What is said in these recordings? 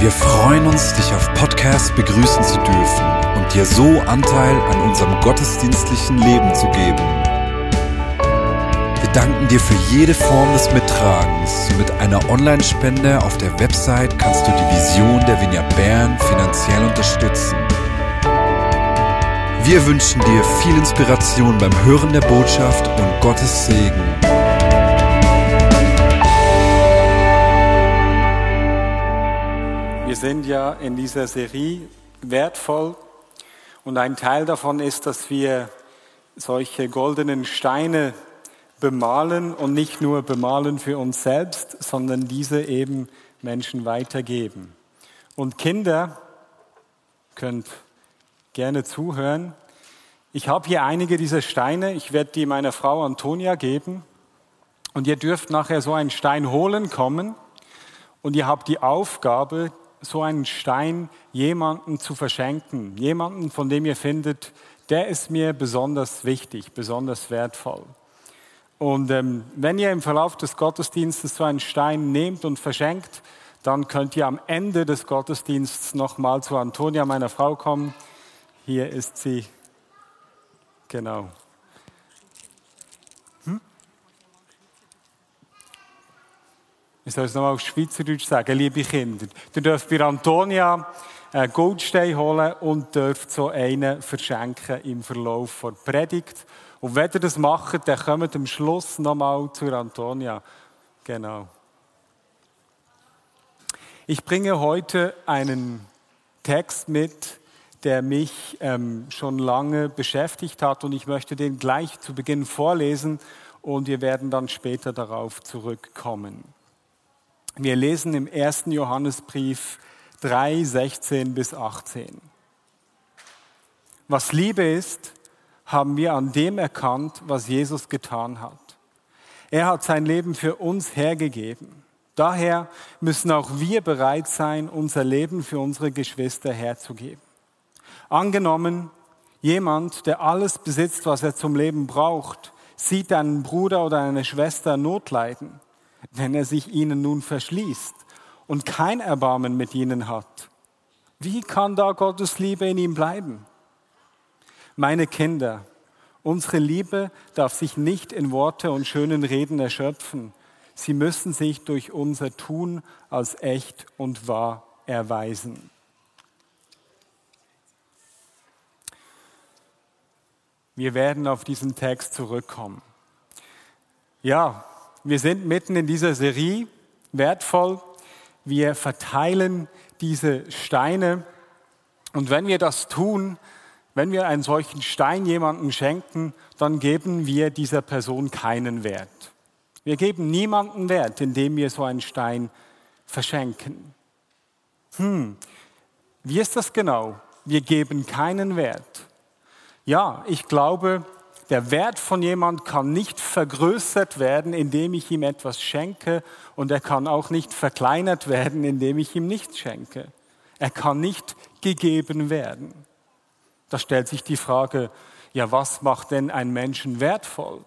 Wir freuen uns, dich auf Podcast begrüßen zu dürfen und dir so Anteil an unserem gottesdienstlichen Leben zu geben. Wir danken dir für jede Form des Mittragens. Mit einer Online-Spende auf der Website kannst du die Vision der Vineyard Bern finanziell unterstützen. Wir wünschen dir viel Inspiration beim Hören der Botschaft und Gottes Segen. Wir sind ja in dieser Serie wertvoll und ein Teil davon ist, dass wir solche goldenen Steine bemalen und nicht nur bemalen für uns selbst, sondern diese eben Menschen weitergeben. Und Kinder, könnt gerne zuhören. Ich habe hier einige dieser Steine, ich werde die meiner Frau Antonia geben und ihr dürft nachher so einen Stein holen kommen und ihr habt die Aufgabe, so einen Stein jemandem zu verschenken. Jemanden, von dem ihr findet, der ist mir besonders wichtig, besonders wertvoll. Und wenn ihr im Verlauf des Gottesdienstes so einen Stein nehmt und verschenkt, dann könnt ihr am Ende des Gottesdienstes nochmal zu Antonia, meiner Frau, kommen. Hier ist sie. Genau. Ich soll es nochmal auf Schweizerdeutsch sagen, liebe Kinder. Ihr dürft bei Antonia einen Goldstein holen und dürft so einen verschenken im Verlauf der Predigt. Und wenn ihr das macht, dann kommt am Schluss nochmal zu Antonia. Genau. Ich bringe heute einen Text mit, der mich schon lange beschäftigt hat und ich möchte den gleich zu Beginn vorlesen und wir werden dann später darauf zurückkommen. Wir lesen im 1. Johannesbrief 3, 16 bis 18. Was Liebe ist, haben wir an dem erkannt, was Jesus getan hat. Er hat sein Leben für uns hergegeben. Daher müssen auch wir bereit sein, unser Leben für unsere Geschwister herzugeben. Angenommen, jemand, der alles besitzt, was er zum Leben braucht, sieht einen Bruder oder eine Schwester Not leiden. Wenn er sich ihnen nun verschließt und kein Erbarmen mit ihnen hat, wie kann da Gottes Liebe in ihm bleiben? Meine Kinder, unsere Liebe darf sich nicht in Worte und schönen Reden erschöpfen. Sie müssen sich durch unser Tun als echt und wahr erweisen. Wir werden auf diesen Text zurückkommen. Ja, wir sind mitten in dieser Serie, wertvoll. Wir verteilen diese Steine. Und wenn wir das tun, wenn wir einen solchen Stein jemandem schenken, dann geben wir dieser Person keinen Wert. Wir geben niemanden Wert, indem wir so einen Stein verschenken. Wie ist das genau? Wir geben keinen Wert. Ja, ich glaube, der Wert von jemand kann nicht vergrößert werden, indem ich ihm etwas schenke, und er kann auch nicht verkleinert werden, indem ich ihm nichts schenke. Er kann nicht gegeben werden. Da stellt sich die Frage, ja, was macht denn einen Menschen wertvoll?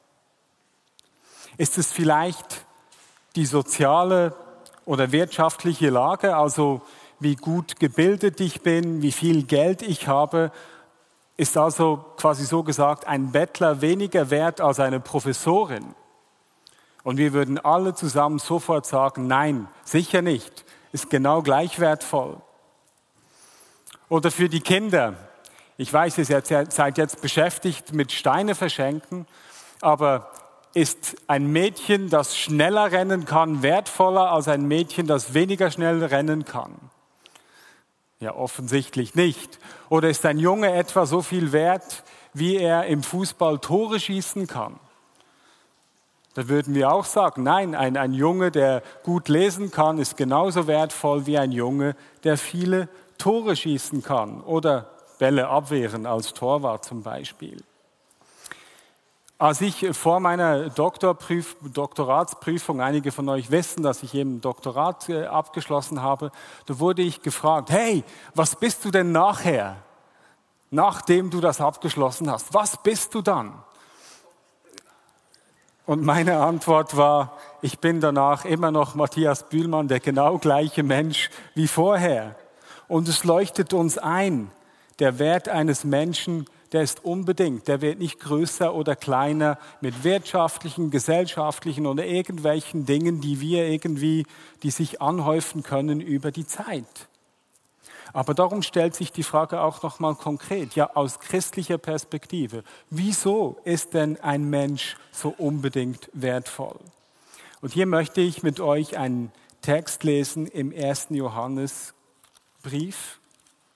Ist es vielleicht die soziale oder wirtschaftliche Lage, also wie gut gebildet ich bin, wie viel Geld ich habe? Ist also quasi so gesagt ein Bettler weniger wert als eine Professorin? Und wir würden alle zusammen sofort sagen, nein, sicher nicht, ist genau gleich wertvoll. Oder für die Kinder. Ich weiß, ihr seid jetzt beschäftigt mit Steine verschenken, aber ist ein Mädchen, das schneller rennen kann, wertvoller als ein Mädchen, das weniger schnell rennen kann? Ja, offensichtlich nicht. Oder ist ein Junge etwa so viel wert, wie er im Fußball Tore schießen kann? Da würden wir auch sagen, nein, ein Junge, der gut lesen kann, ist genauso wertvoll wie ein Junge, der viele Tore schießen kann oder Bälle abwehren als Torwart zum Beispiel. Als ich vor meiner Doktoratsprüfung, einige von euch wissen, dass ich eben ein Doktorat abgeschlossen habe, da wurde ich gefragt, hey, was bist du denn nachher, nachdem du das abgeschlossen hast? Was bist du dann? Und meine Antwort war, ich bin danach immer noch Matthias Bühlmann, der genau gleiche Mensch wie vorher. Und es leuchtet uns ein, der Wert eines Menschen, der ist unbedingt, der wird nicht größer oder kleiner mit wirtschaftlichen, gesellschaftlichen oder irgendwelchen Dingen, die sich anhäufen können über die Zeit. Aber darum stellt sich die Frage auch nochmal konkret, ja aus christlicher Perspektive, wieso ist denn ein Mensch so unbedingt wertvoll? Und hier möchte ich mit euch einen Text lesen im 1. Johannesbrief.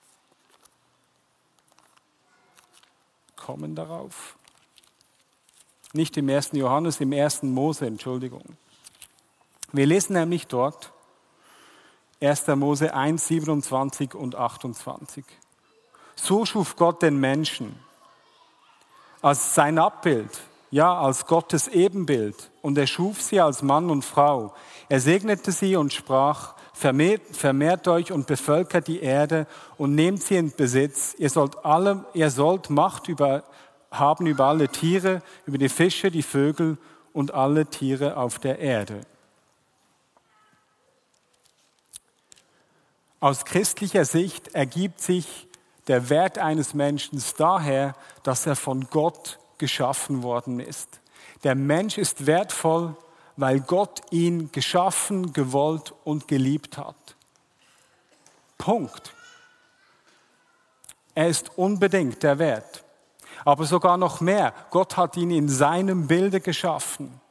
Kommen darauf. Nicht im 1. Johannes, im 1. Mose, Entschuldigung. Wir lesen nämlich dort 1. Mose 1, 27 und 28. So schuf Gott den Menschen als sein Abbild, ja, als Gottes Ebenbild. Und er schuf sie als Mann und Frau. Er segnete sie und sprach, vermehrt euch und bevölkert die Erde und nehmt sie in Besitz. Ihr sollt Macht haben über alle Tiere, über die Fische, die Vögel und alle Tiere auf der Erde. Aus christlicher Sicht ergibt sich der Wert eines Menschen daher, dass er von Gott geschaffen worden ist. Der Mensch ist wertvoll, weil Gott ihn geschaffen, gewollt und geliebt hat. Punkt. Er ist unbedingt der Wert. Aber sogar noch mehr, Gott hat ihn in seinem Bilde geschaffen.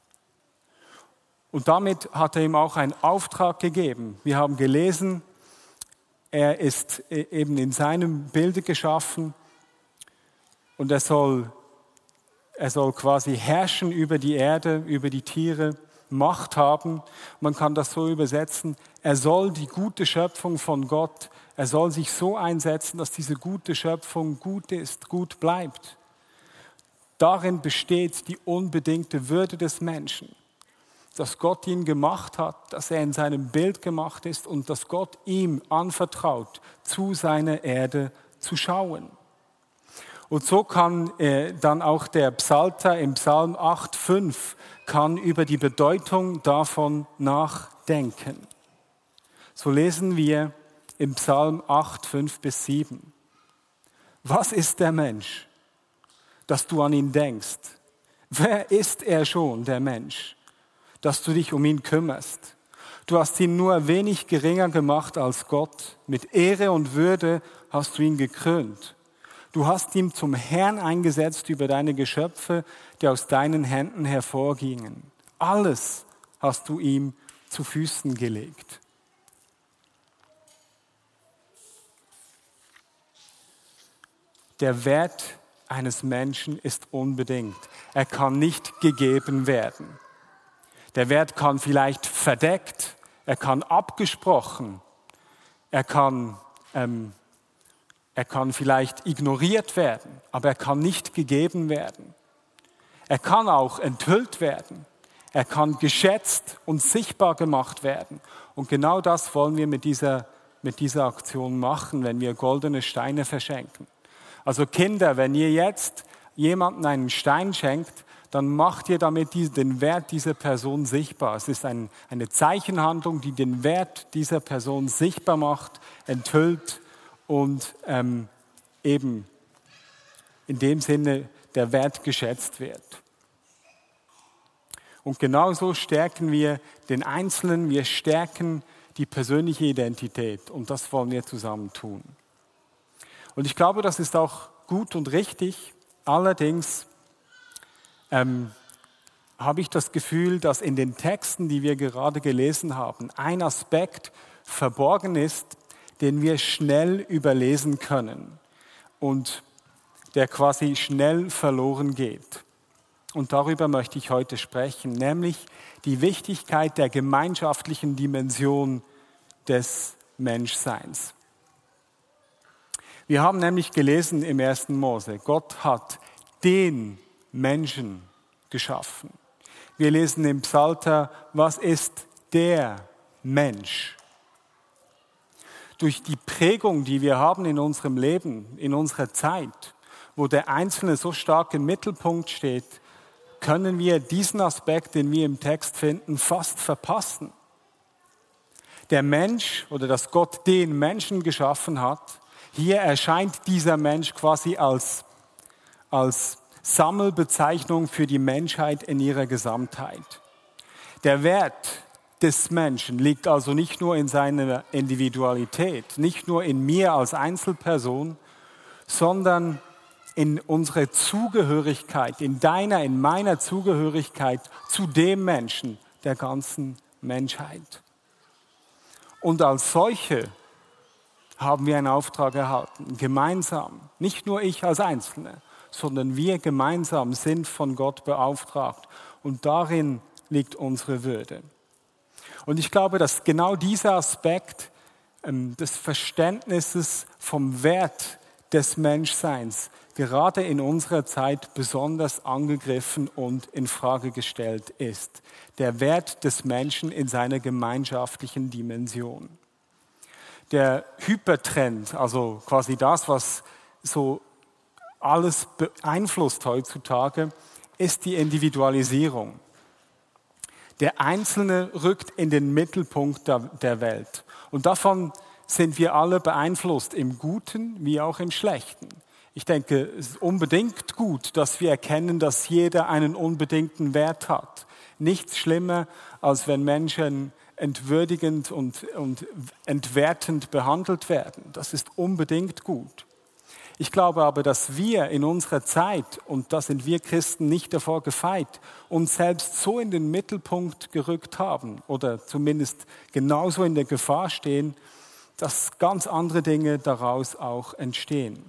Und damit hat er ihm auch einen Auftrag gegeben. Wir haben gelesen, er ist eben in seinem Bilde geschaffen und er soll quasi herrschen über die Erde, über die Tiere, Macht haben. Man kann das so übersetzen, er soll die gute Schöpfung von Gott, er soll sich so einsetzen, dass diese gute Schöpfung gut ist, gut bleibt. Darin besteht die unbedingte Würde des Menschen. Dass Gott ihn gemacht hat, dass er in seinem Bild gemacht ist und dass Gott ihm anvertraut, zu seiner Erde zu schauen. Und so kann dann auch der Psalter im Psalm 8,5 kann über die Bedeutung davon nachdenken. So lesen wir im Psalm 8, 5 bis 7. Was ist der Mensch, dass du an ihn denkst? Wer ist er schon, der Mensch, dass du dich um ihn kümmerst? Du hast ihn nur wenig geringer gemacht als Gott. Mit Ehre und Würde hast du ihn gekrönt. Du hast ihn zum Herrn eingesetzt über deine Geschöpfe, die aus deinen Händen hervorgingen. Alles hast du ihm zu Füßen gelegt. Der Wert eines Menschen ist unbedingt. Er kann nicht gegeben werden. Der Wert kann vielleicht verdeckt, er kann abgesprochen, er kann vielleicht ignoriert werden, aber er kann nicht gegeben werden. Er kann auch enthüllt werden. Er kann geschätzt und sichtbar gemacht werden. Und genau das wollen wir mit dieser Aktion machen, wenn wir goldene Steine verschenken. Also Kinder, wenn ihr jetzt jemandem einen Stein schenkt, dann macht ihr damit den Wert dieser Person sichtbar. Es ist eine Zeichenhandlung, die den Wert dieser Person sichtbar macht, enthüllt und eben in dem Sinne der Wert geschätzt wird. Und genauso stärken wir den Einzelnen, wir stärken die persönliche Identität und das wollen wir zusammen tun. Und ich glaube, das ist auch gut und richtig. Allerdings habe ich das Gefühl, dass in den Texten, die wir gerade gelesen haben, ein Aspekt verborgen ist, den wir schnell überlesen können und der quasi schnell verloren geht. Und darüber möchte ich heute sprechen, nämlich die Wichtigkeit der gemeinschaftlichen Dimension des Menschseins. Wir haben nämlich gelesen im 1. Mose, Gott hat den Menschen geschaffen. Wir lesen im Psalter, was ist der Mensch? Durch die Prägung, die wir haben in unserem Leben, in unserer Zeit, wo der Einzelne so stark im Mittelpunkt steht, können wir diesen Aspekt, den wir im Text finden, fast verpassen. Der Mensch oder dass Gott den Menschen geschaffen hat, hier erscheint dieser Mensch quasi als Sammelbezeichnung für die Menschheit in ihrer Gesamtheit. Der Wert des Menschen liegt also nicht nur in seiner Individualität, nicht nur in mir als Einzelperson, sondern in unserer Zugehörigkeit, in deiner, in meiner Zugehörigkeit zu dem Menschen, der ganzen Menschheit. Und als solche haben wir einen Auftrag erhalten, gemeinsam, nicht nur ich als Einzelne, sondern wir gemeinsam sind von Gott beauftragt. Und darin liegt unsere Würde. Und ich glaube, dass genau dieser Aspekt des Verständnisses vom Wert des Menschseins gerade in unserer Zeit besonders angegriffen und in Frage gestellt ist. Der Wert des Menschen in seiner gemeinschaftlichen Dimension. Der Hypertrend, also quasi das, was so alles beeinflusst heutzutage, ist die Individualisierung. Der Einzelne rückt in den Mittelpunkt der Welt. Und davon sind wir alle beeinflusst, im Guten wie auch im Schlechten. Ich denke, es ist unbedingt gut, dass wir erkennen, dass jeder einen unbedingten Wert hat. Nichts schlimmer, als wenn Menschen entwürdigend und entwertend behandelt werden. Das ist unbedingt gut. Ich glaube aber, dass wir in unserer Zeit, und da sind wir Christen nicht davor gefeit, uns selbst so in den Mittelpunkt gerückt haben oder zumindest genauso in der Gefahr stehen, dass ganz andere Dinge daraus auch entstehen.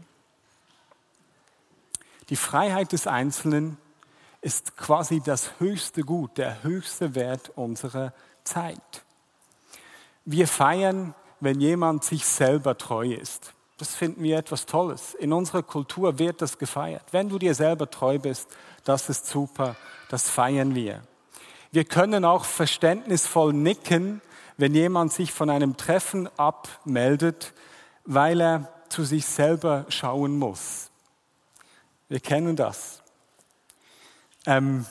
Die Freiheit des Einzelnen ist quasi das höchste Gut, der höchste Wert unserer Zeit. Wir feiern, wenn jemand sich selber treu ist. Das finden wir etwas Tolles. In unserer Kultur wird das gefeiert. Wenn du dir selber treu bist, das ist super, das feiern wir. Wir können auch verständnisvoll nicken, wenn jemand sich von einem Treffen abmeldet, weil er zu sich selber schauen muss. Wir kennen das. Wenn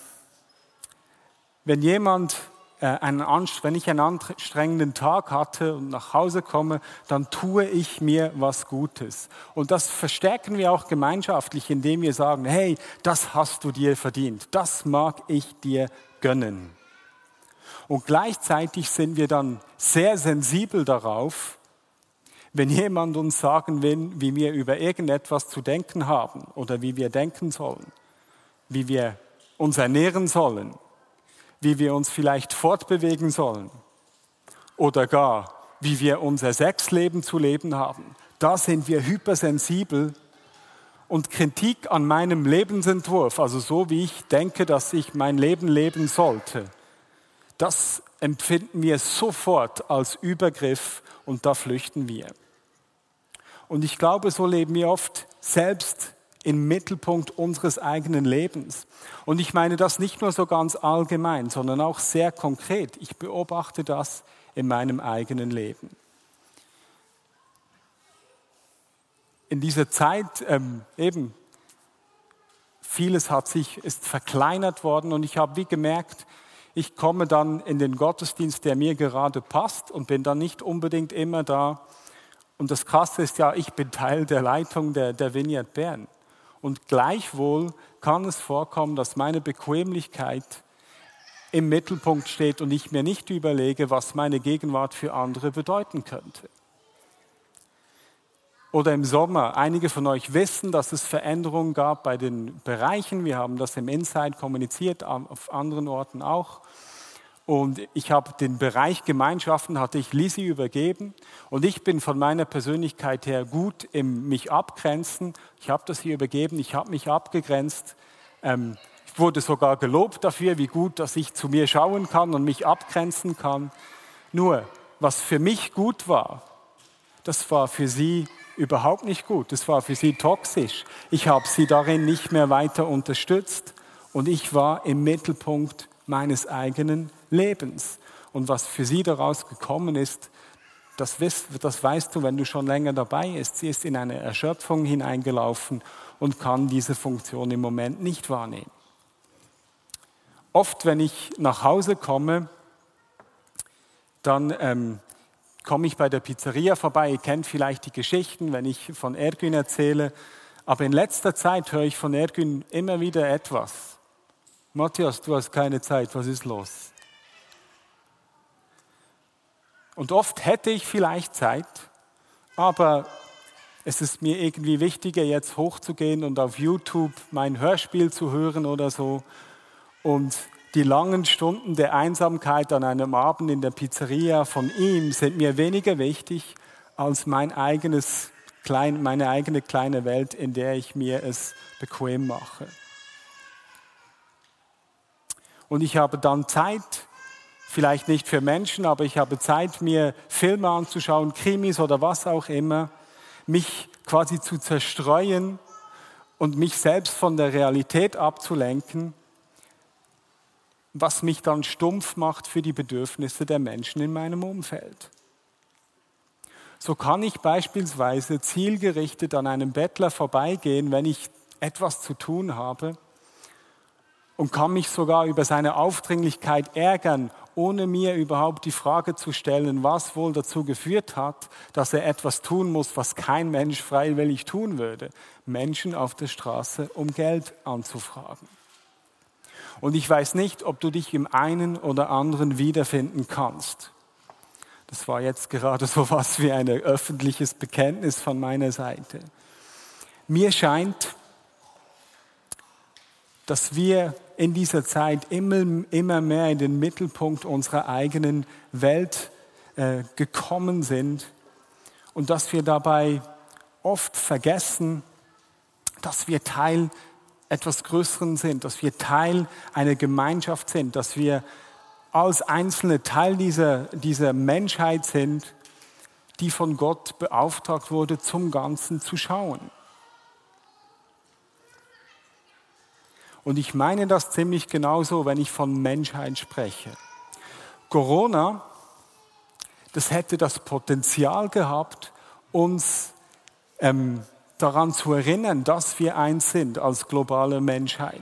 ich einen anstrengenden Tag hatte und nach Hause komme, dann tue ich mir was Gutes. Und das verstärken wir auch gemeinschaftlich, indem wir sagen, hey, das hast du dir verdient, das mag ich dir gönnen. Und gleichzeitig sind wir dann sehr sensibel darauf, wenn jemand uns sagen will, wie wir über irgendetwas zu denken haben oder wie wir denken sollen, wie wir uns ernähren sollen, wie wir uns vielleicht fortbewegen sollen oder gar, wie wir unser Sexleben zu leben haben. Da sind wir hypersensibel und Kritik an meinem Lebensentwurf, also so wie ich denke, dass ich mein Leben leben sollte, das empfinden wir sofort als Übergriff und da flüchten wir. Und ich glaube, so leben wir oft selbst im Mittelpunkt unseres eigenen Lebens. Und ich meine das nicht nur so ganz allgemein, sondern auch sehr konkret. Ich beobachte das in meinem eigenen Leben. In dieser Zeit vieles ist verkleinert worden und ich habe wie gemerkt, ich komme dann in den Gottesdienst, der mir gerade passt und bin dann nicht unbedingt immer da. Und das Krasse ist ja, ich bin Teil der Leitung der Vineyard Bern. Und gleichwohl kann es vorkommen, dass meine Bequemlichkeit im Mittelpunkt steht und ich mir nicht überlege, was meine Gegenwart für andere bedeuten könnte. Oder im Sommer, einige von euch wissen, dass es Veränderungen gab bei den Bereichen. Wir haben das im Inside kommuniziert, auf anderen Orten auch. Und ich habe den Bereich Gemeinschaften, hatte ich Lisi übergeben. Und ich bin von meiner Persönlichkeit her gut im mich abgrenzen. Ich habe das hier übergeben, ich habe mich abgegrenzt. Ich wurde sogar gelobt dafür, wie gut, dass ich zu mir schauen kann und mich abgrenzen kann. Nur, was für mich gut war, das war für sie überhaupt nicht gut. Das war für sie toxisch. Ich habe sie darin nicht mehr weiter unterstützt und ich war im Mittelpunkt meines eigenen Lebens. Und was für sie daraus gekommen ist, das weißt du, wenn du schon länger dabei bist. Sie ist in eine Erschöpfung hineingelaufen und kann diese Funktion im Moment nicht wahrnehmen. oft, wenn ich nach Hause komme, dann komme ich bei der Pizzeria vorbei. Ihr kennt vielleicht die Geschichten, wenn ich von Ergün erzähle. Aber in letzter Zeit höre ich von Ergün immer wieder etwas. Matthias, du hast keine Zeit, was ist los? Und oft hätte ich vielleicht Zeit, aber es ist mir irgendwie wichtiger, jetzt hochzugehen und auf YouTube mein Hörspiel zu hören oder so. Und die langen Stunden der Einsamkeit an einem Abend in der Pizzeria von ihm sind mir weniger wichtig als meine eigene kleine Welt, in der ich mir es bequem mache. Und ich habe dann Zeit, vielleicht nicht für Menschen, aber ich habe Zeit, mir Filme anzuschauen, Krimis oder was auch immer, mich quasi zu zerstreuen und mich selbst von der Realität abzulenken, was mich dann stumpf macht für die Bedürfnisse der Menschen in meinem Umfeld. So kann ich beispielsweise zielgerichtet an einem Bettler vorbeigehen, wenn ich etwas zu tun habe, und kann mich sogar über seine Aufdringlichkeit ärgern, ohne mir überhaupt die Frage zu stellen, was wohl dazu geführt hat, dass er etwas tun muss, was kein Mensch freiwillig tun würde. Menschen auf der Straße, um Geld anzufragen. Und ich weiß nicht, ob du dich im einen oder anderen wiederfinden kannst. Das war jetzt gerade so was wie ein öffentliches Bekenntnis von meiner Seite. Mir scheint, dass wir in dieser Zeit immer mehr in den Mittelpunkt unserer eigenen Welt gekommen sind und dass wir dabei oft vergessen, dass wir Teil etwas Größeren sind, dass wir Teil einer Gemeinschaft sind, dass wir als Einzelne Teil dieser Menschheit sind, die von Gott beauftragt wurde, zum Ganzen zu schauen. Und ich meine das ziemlich genauso, wenn ich von Menschheit spreche. Corona, das hätte das Potenzial gehabt, uns daran zu erinnern, dass wir eins sind als globale Menschheit.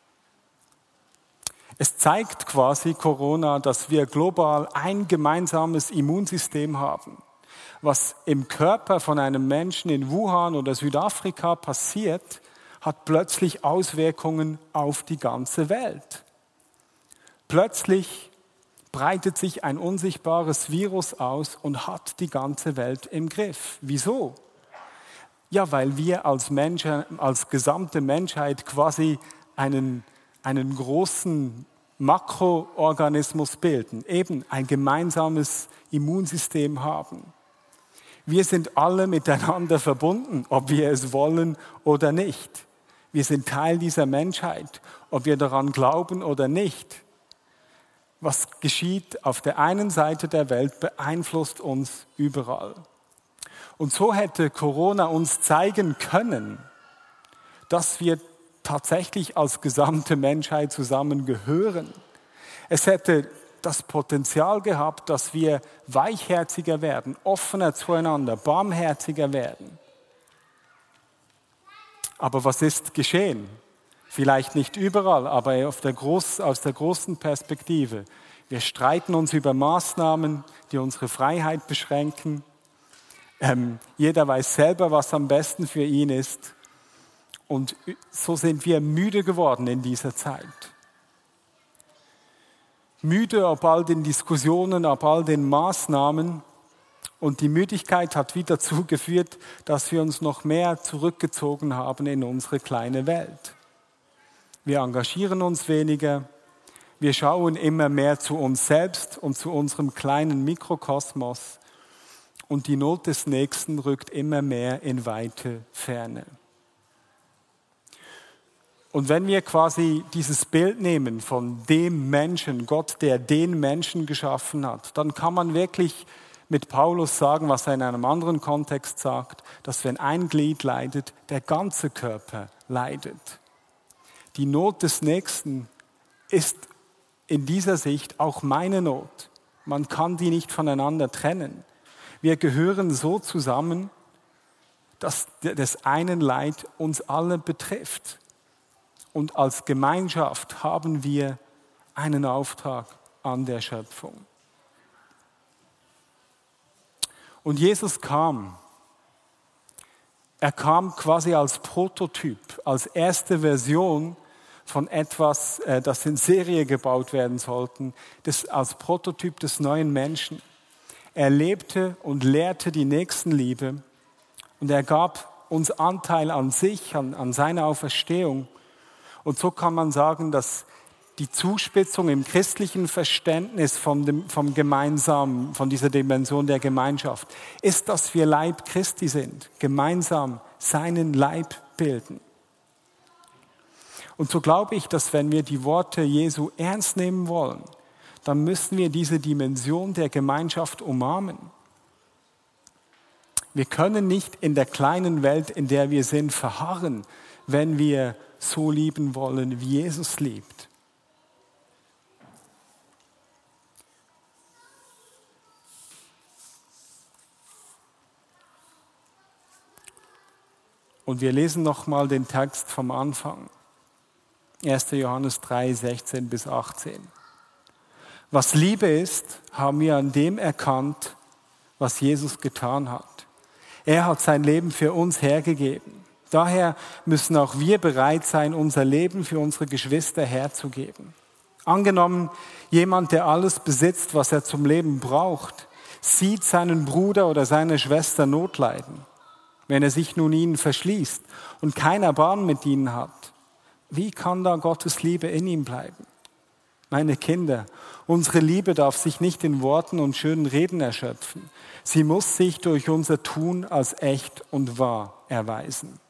Es zeigt quasi Corona, dass wir global ein gemeinsames Immunsystem haben. Was im Körper von einem Menschen in Wuhan oder Südafrika passiert, hat plötzlich Auswirkungen auf die ganze Welt. Plötzlich breitet sich ein unsichtbares Virus aus und hat die ganze Welt im Griff. Wieso? Ja, weil wir als Menschen, als gesamte Menschheit quasi einen großen Makroorganismus bilden, eben ein gemeinsames Immunsystem haben. Wir sind alle miteinander verbunden, ob wir es wollen oder nicht. Wir sind Teil dieser Menschheit, ob wir daran glauben oder nicht. Was geschieht auf der einen Seite der Welt, beeinflusst uns überall. Und so hätte Corona uns zeigen können, dass wir tatsächlich als gesamte Menschheit zusammengehören. Es hätte das Potenzial gehabt, dass wir weichherziger werden, offener zueinander, barmherziger werden. Aber was ist geschehen? Vielleicht nicht überall, aber aus der großen Perspektive. Wir streiten uns über Maßnahmen, die unsere Freiheit beschränken. Jeder weiß selber, was am besten für ihn ist. Und so sind wir müde geworden in dieser Zeit. Müde ab all den Diskussionen, ab all den Maßnahmen. Und die Müdigkeit hat wieder dazu geführt, dass wir uns noch mehr zurückgezogen haben in unsere kleine Welt. Wir engagieren uns weniger, wir schauen immer mehr zu uns selbst und zu unserem kleinen Mikrokosmos und die Not des Nächsten rückt immer mehr in weite Ferne. Und wenn wir quasi dieses Bild nehmen von dem Menschen, Gott, der den Menschen geschaffen hat, dann kann man wirklich mit Paulus sagen, was er in einem anderen Kontext sagt, dass wenn ein Glied leidet, der ganze Körper leidet. Die Not des Nächsten ist in dieser Sicht auch meine Not. Man kann die nicht voneinander trennen. Wir gehören so zusammen, dass das einen Leid uns alle betrifft. Und als Gemeinschaft haben wir einen Auftrag an der Schöpfung. Und Jesus kam. Er kam quasi als Prototyp, als erste Version von etwas, das in Serie gebaut werden sollte, als Prototyp des neuen Menschen. Er lebte und lehrte die Nächstenliebe und er gab uns Anteil an sich, an seiner Auferstehung. Und so kann man sagen, dass die Zuspitzung im christlichen Verständnis vom Gemeinsamen, von dieser Dimension der Gemeinschaft, ist, dass wir Leib Christi sind, gemeinsam seinen Leib bilden. Und so glaube ich, dass wenn wir die Worte Jesu ernst nehmen wollen, dann müssen wir diese Dimension der Gemeinschaft umarmen. Wir können nicht in der kleinen Welt, in der wir sind, verharren, wenn wir so lieben wollen, wie Jesus liebt. Und wir lesen nochmal den Text vom Anfang. 1. Johannes 3, 16 bis 18. Was Liebe ist, haben wir an dem erkannt, was Jesus getan hat. Er hat sein Leben für uns hergegeben. Daher müssen auch wir bereit sein, unser Leben für unsere Geschwister herzugeben. Angenommen, jemand, der alles besitzt, was er zum Leben braucht, sieht seinen Bruder oder seine Schwester Not leiden. Wenn er sich nun ihnen verschließt und kein Erbarmen mit ihnen hat, wie kann da Gottes Liebe in ihm bleiben? Meine Kinder, unsere Liebe darf sich nicht in Worten und schönen Reden erschöpfen. Sie muss sich durch unser Tun als echt und wahr erweisen.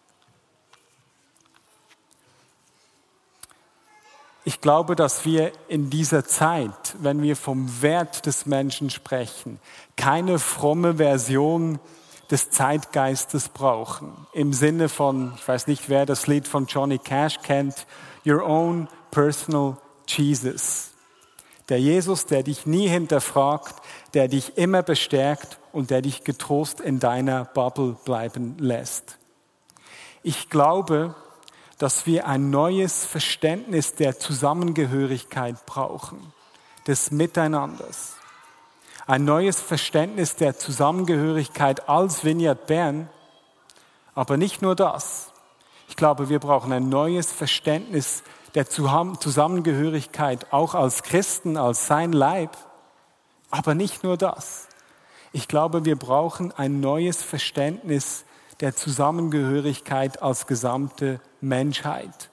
Ich glaube, dass wir in dieser Zeit, wenn wir vom Wert des Menschen sprechen, keine fromme Version des Zeitgeistes brauchen. Im Sinne von, ich weiß nicht, wer das Lied von Johnny Cash kennt, Your Own Personal Jesus. Der Jesus, der dich nie hinterfragt, der dich immer bestärkt und der dich getrost in deiner Bubble bleiben lässt. Ich glaube, dass wir ein neues Verständnis der Zusammengehörigkeit brauchen, des Miteinanders. Ein neues Verständnis der Zusammengehörigkeit als Vineyard Bern, aber nicht nur das. Ich glaube, wir brauchen ein neues Verständnis der Zusammengehörigkeit auch als Christen, als sein Leib, aber nicht nur das. Ich glaube, wir brauchen ein neues Verständnis der Zusammengehörigkeit als gesamte Menschheit.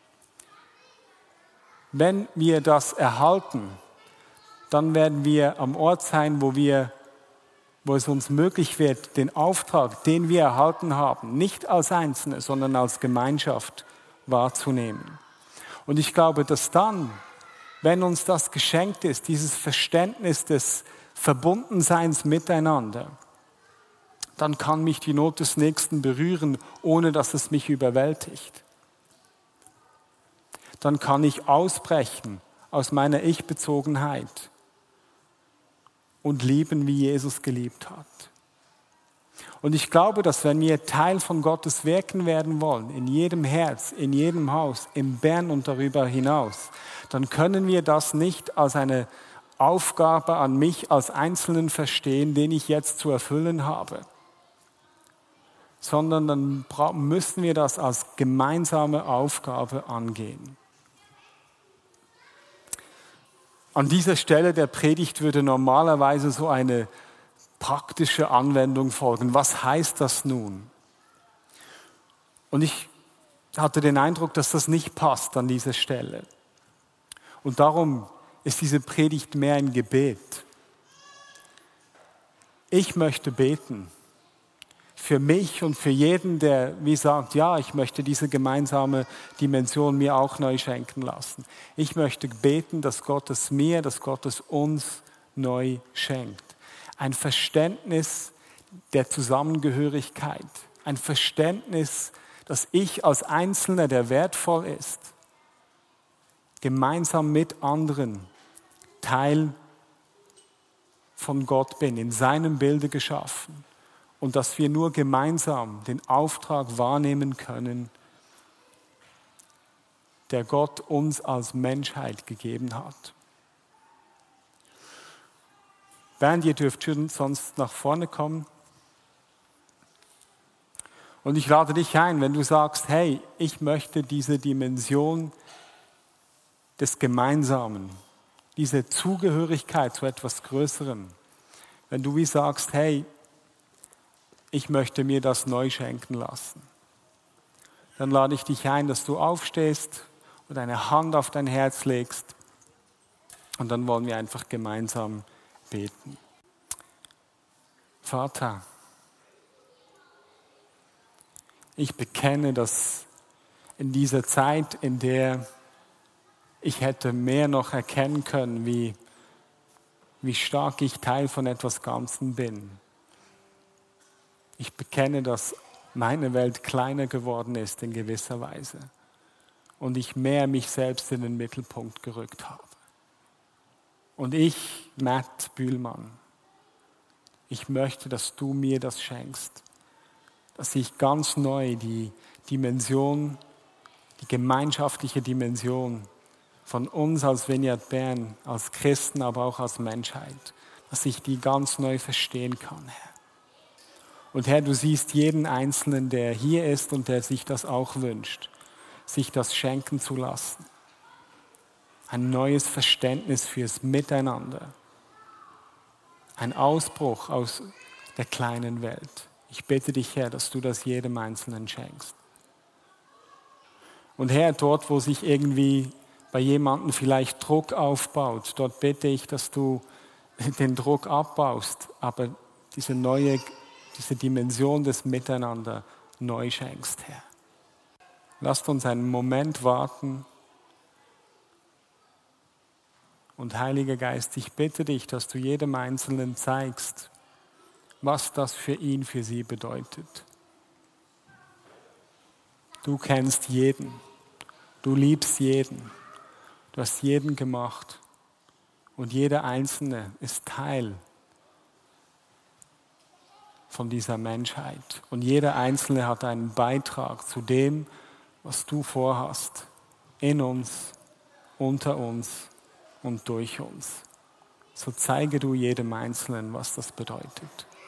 Wenn wir das erhalten, dann werden wir am Ort sein, wo es uns möglich wird, den Auftrag, den wir erhalten haben, nicht als Einzelne, sondern als Gemeinschaft wahrzunehmen. Und ich glaube, dass dann, wenn uns das geschenkt ist, dieses Verständnis des Verbundenseins miteinander, dann kann mich die Not des Nächsten berühren, ohne dass es mich überwältigt. Dann kann ich ausbrechen aus meiner Ich-Bezogenheit und lieben, wie Jesus geliebt hat. Und ich glaube, dass wenn wir Teil von Gottes Wirken werden wollen, in jedem Herz, in jedem Haus, im Bern und darüber hinaus, dann können wir das nicht als eine Aufgabe an mich als Einzelnen verstehen, den ich jetzt zu erfüllen habe, sondern dann müssen wir das als gemeinsame Aufgabe angehen. An dieser Stelle der Predigt würde normalerweise so eine praktische Anwendung folgen. Was heißt das nun? Und ich hatte den Eindruck, dass das nicht passt an dieser Stelle. Und darum ist diese Predigt mehr ein Gebet. Ich möchte beten für mich und für jeden, der wie sagt, ja, ich möchte diese gemeinsame Dimension mir auch neu schenken lassen. Ich möchte beten, dass Gott es mir, dass Gott es uns neu schenkt. Ein Verständnis der Zusammengehörigkeit, ein Verständnis, dass ich als Einzelner, der wertvoll ist, gemeinsam mit anderen Teil von Gott bin, in seinem Bilde geschaffen. Und dass wir nur gemeinsam den Auftrag wahrnehmen können, der Gott uns als Menschheit gegeben hat. Bernd, ihr dürft schon sonst nach vorne kommen. Und ich lade dich ein, wenn du sagst, hey, ich möchte diese Dimension des Gemeinsamen, diese Zugehörigkeit zu etwas Größerem. Wenn du wie sagst, hey, ich möchte mir das neu schenken lassen, dann lade ich dich ein, dass du aufstehst und deine Hand auf dein Herz legst und dann wollen wir einfach gemeinsam beten. Vater, ich bekenne, dass in dieser Zeit, in der ich hätte mehr noch erkennen können, wie stark ich Teil von etwas Ganzen bin. Ich bekenne, dass meine Welt kleiner geworden ist in gewisser Weise und ich mehr mich selbst in den Mittelpunkt gerückt habe. Und ich, Matt Bühlmann, ich möchte, dass du mir das schenkst, dass ich ganz neu die Dimension, die gemeinschaftliche Dimension von uns als Vineyard Bern, als Christen, aber auch als Menschheit, dass ich die ganz neu verstehen kann, Herr. Und Herr, du siehst jeden Einzelnen, der hier ist und der sich das auch wünscht, sich das schenken zu lassen. Ein neues Verständnis fürs Miteinander. Ein Ausbruch aus der kleinen Welt. Ich bitte dich, Herr, dass du das jedem Einzelnen schenkst. Und Herr, dort, wo sich irgendwie bei jemandem vielleicht Druck aufbaut, dort bitte ich, dass du den Druck abbaust, aber diese Dimension des Miteinander neu schenkst, Herr. Lasst uns einen Moment warten. Und Heiliger Geist, ich bitte dich, dass du jedem Einzelnen zeigst, was das für ihn, für sie bedeutet. Du kennst jeden. Du liebst jeden. Du hast jeden gemacht. Und jeder Einzelne ist Teil von dieser Menschheit. Und jeder Einzelne hat einen Beitrag zu dem, was du vorhast. In uns, unter uns und durch uns. So zeige du jedem Einzelnen, was das bedeutet.